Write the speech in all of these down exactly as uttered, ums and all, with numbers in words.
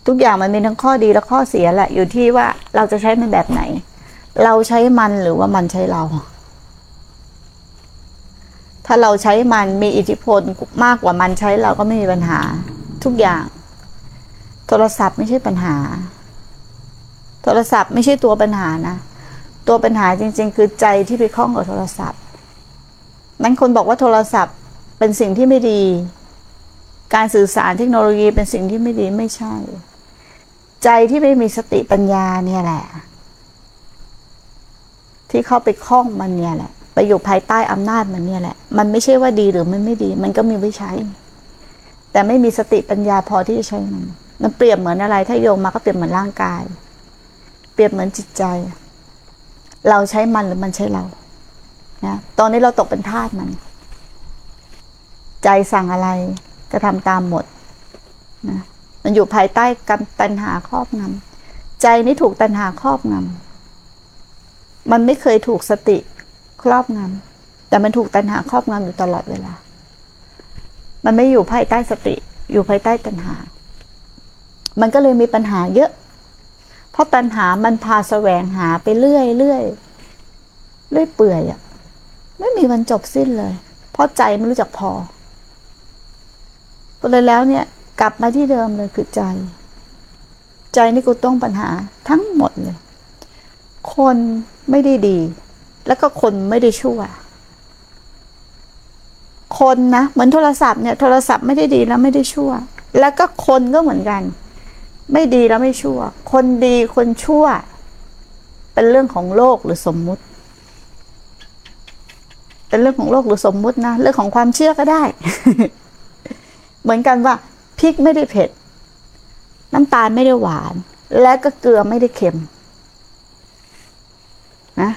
ทุกอย่างมันมีทั้งข้อดีและข้อเสียแหละอยู่ที่ว่าเราจะใช้มันแบบไหนเราใช้มันหรือว่ามันใช้เราถ้าเราใช้มันมีอิทธิพลมากกว่ามันใช้เราก็ไม่มีปัญหาทุกอย่างโทรศัพท์ไม่ใช่ปัญหาโทรศัพท์ไม่ใช่ตัวปัญหานะตัวปัญหาจริงๆคือใจที่ไปคล้องกับโทรศัพท์นั้นคนบอกว่าโทรศัพท์เป็นสิ่งที่ไม่ดีการสื่อสารเทคโนโลยีเป็นสิ่งที่ไม่ดีไม่ใช่ใจที่ไม่มีสติปัญญาเนี่ยแหละที่เข้าไปคล้องมันเนี่ยแหละไปอยู่ภายใต้อำนาจมันเนี่ยแหละมันไม่ใช่ว่าดีหรือมันไม่ดีมันก็มีไว้ใช้แต่ไม่มีสติปัญญาพอที่จะใช้มันมันเปรียบเหมือนอะไรถ้าโยงมาก็เปรียบเหมือนร่างกายเปรียบเหมือนจิตใจเราใช้มันหรือมันใช้เรานะตอนนี้เราตกเป็นทาสมันใจสั่งอะไรก็ทำตามหมดนะมันอยู่ภายใต้กรรมตัณหาครอบงำใจนี่ถูกตัณหาครอบงำมันไม่เคยถูกสติครอบงำแต่มันถูกตัณหาครอบงำอยู่ตลอดเวลามันไม่อยู่ภายใต้สติอยู่ภายใต้ตัณหามันก็เลยมีปัญหาเยอะเพราะตัณหามันพาแสวงหาไปเรื่อยเรื่อยเรื่อยเปื่อยอ่ะไม่มีวันจบสิ้นเลยเพราะใจไม่รู้จักพอก็เลยแล้วเนี่ยกลับมาที่เดิมเลยคือใจใจนี่กูต้องปัญหาทั้งหมดเลยคนไม่ได้ดีแล้วก็คนไม่ได้ชั่วคนนะเหมือนโทรศัพท์เนี่ยโทรศัพท์ไม่ได้ดีแล้วไม่ได้ชั่วแล้วก็คนก็เหมือนกันไม่ดีแล้วไม่ชั่วคนดีคนชั่วเป็นเรื่องของโลกหรือสมมุติเป็นเรื่องของโลกหรือสมมุตินะเรื่องของความเชื่อก็ได้ เหมือนกันว่าพริกไม่ได้เผ็ดน้ำตาลไม่ได้หวานและก็เกลือไม่ได้เค็มนะ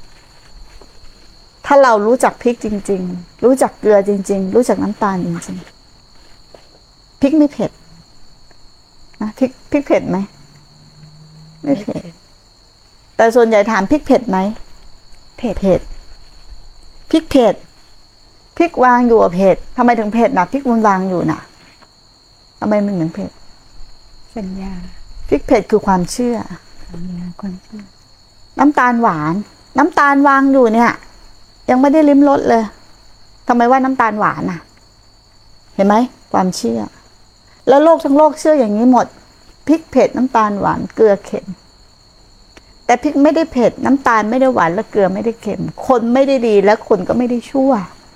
ถ้าเรารู้จักพริกจริงๆรู้จักเกลือจริงๆรู้จักน้ำตาลจริงๆพริกไม่เผ็ดนะพริกพริกเผ็ดไหมไม่เผ็ดแต่ส่วนใหญ่ถามพริกเผ็ดไหมเผ็ดเผ็ดพริกเผ็ดพริกวางอยู่เผ็ดทำไมถึงเผ็ดนะพริกมันวางอยู่น่ะทำไมมันถึงเผ็ดสัญญาพริกเผ็ดคือความเชื่อความเชื่อน้ำตาลหวานน้ำตาลวางอยู่เนี่ยยังไม่ได้ลิ้มรสเลยทำไมว่าน้ำตาลหวานน่ะเห็นไหมความเชื่อแล้วโลกทั้งโลกเชื่ออย่างนี้หมดพริกเผ็ดน้ำตาลหวานเกลือเค็มแต่พริกไม่ได้เผ็ดน้ำตาลไม่ได้หวานและเกลือไม่ได้เค็มคนไม่ได้ดีและคนก็ไม่ได้ชั่ว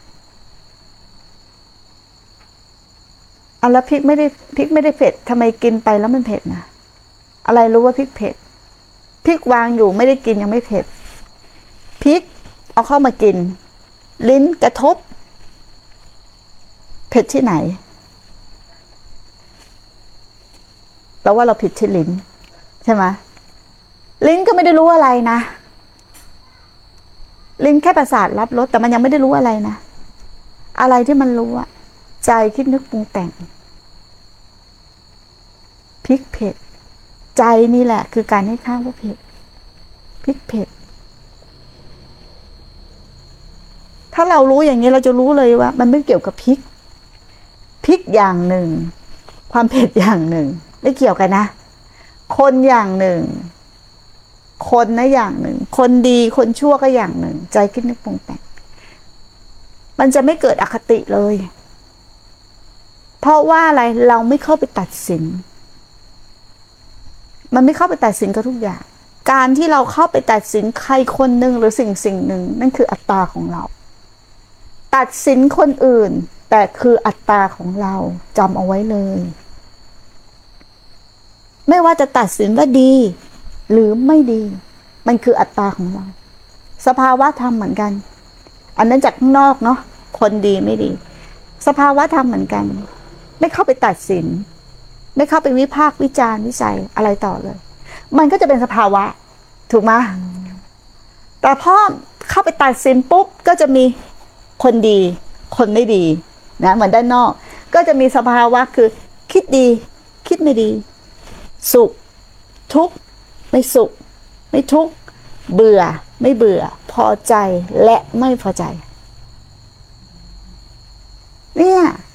เอาแล้วพริกไม่ได้พริกไม่ได้เผ็ดทำไมกินไปแล้วมันเผ็ดนะอะไรรู้ว่าพริกเผ็ดพริกวางอยู่ไม่ได้กินยังไม่เผ็ดพริกเอาเข้ามากินลิ้นกระทบเผ็ดที่ไหนเราว่าเราผิดที่ลิ้นใช่ไหมลิ้นก็ไม่ได้รู้อะไรนะลิ้นแค่ประสาทรับรสแต่มันยังไม่ได้รู้อะไรนะอะไรที่มันรู้อะใจคิดนึกปรุงแต่งพริกเผ็ดใจนี่แหละคือการให้ค่าว่าเผ็ดพริกเผ็ดถ้าเรารู้อย่างนี้เราจะรู้เลยว่ามันไม่เกี่ยวกับพริกพริกอย่างหนึ่งความเผ็ดอย่างหนึ่งไม่เกี่ยวกันนะคนอย่างหนึ่งคนนะอย่างหนึ่งคนดีคนชั่วก็อย่างหนึ่งใจคิดนึกปรุงแต่งมันจะไม่เกิดอคติเลยเพราะว่าอะไรเราไม่เข้าไปตัดสินมันไม่เข้าไปตัดสินกับทุกอย่างการที่เราเข้าไปตัดสินใครคนหนึ่งหรือสิ่งสิ่งหนึ่งนั่นคืออัตตาของเราตัดสินคนอื่นแต่คืออัตตาของเราจำเอาไว้เลยไม่ว่าจะตัดสินว่าดีหรือไม่ดีมันคืออัตตาของเราสภาวะธรรมเหมือนกันอันนั้นจากข้างนอกเนาะคนดีไม่ดีสภาวะธรรมเหมือนกันไม่เข้าไปตัดสินไม่เข้าไปวิพากษ์วิจารณ์วิจัยอะไรต่อเลยมันก็จะเป็นสภาวะถูกไหมแต่พอเข้าไปตัดสินปุ๊บก็จะมีคนดีคนไม่ดีนะเหมือนด้านนอกก็จะมีสภาวะคือคิดดีคิดไม่ดีสุขทุกข์ไม่สุขไม่ทุกข์เบื่อไม่เบื่อพอใจและไม่พอใจเนี่ย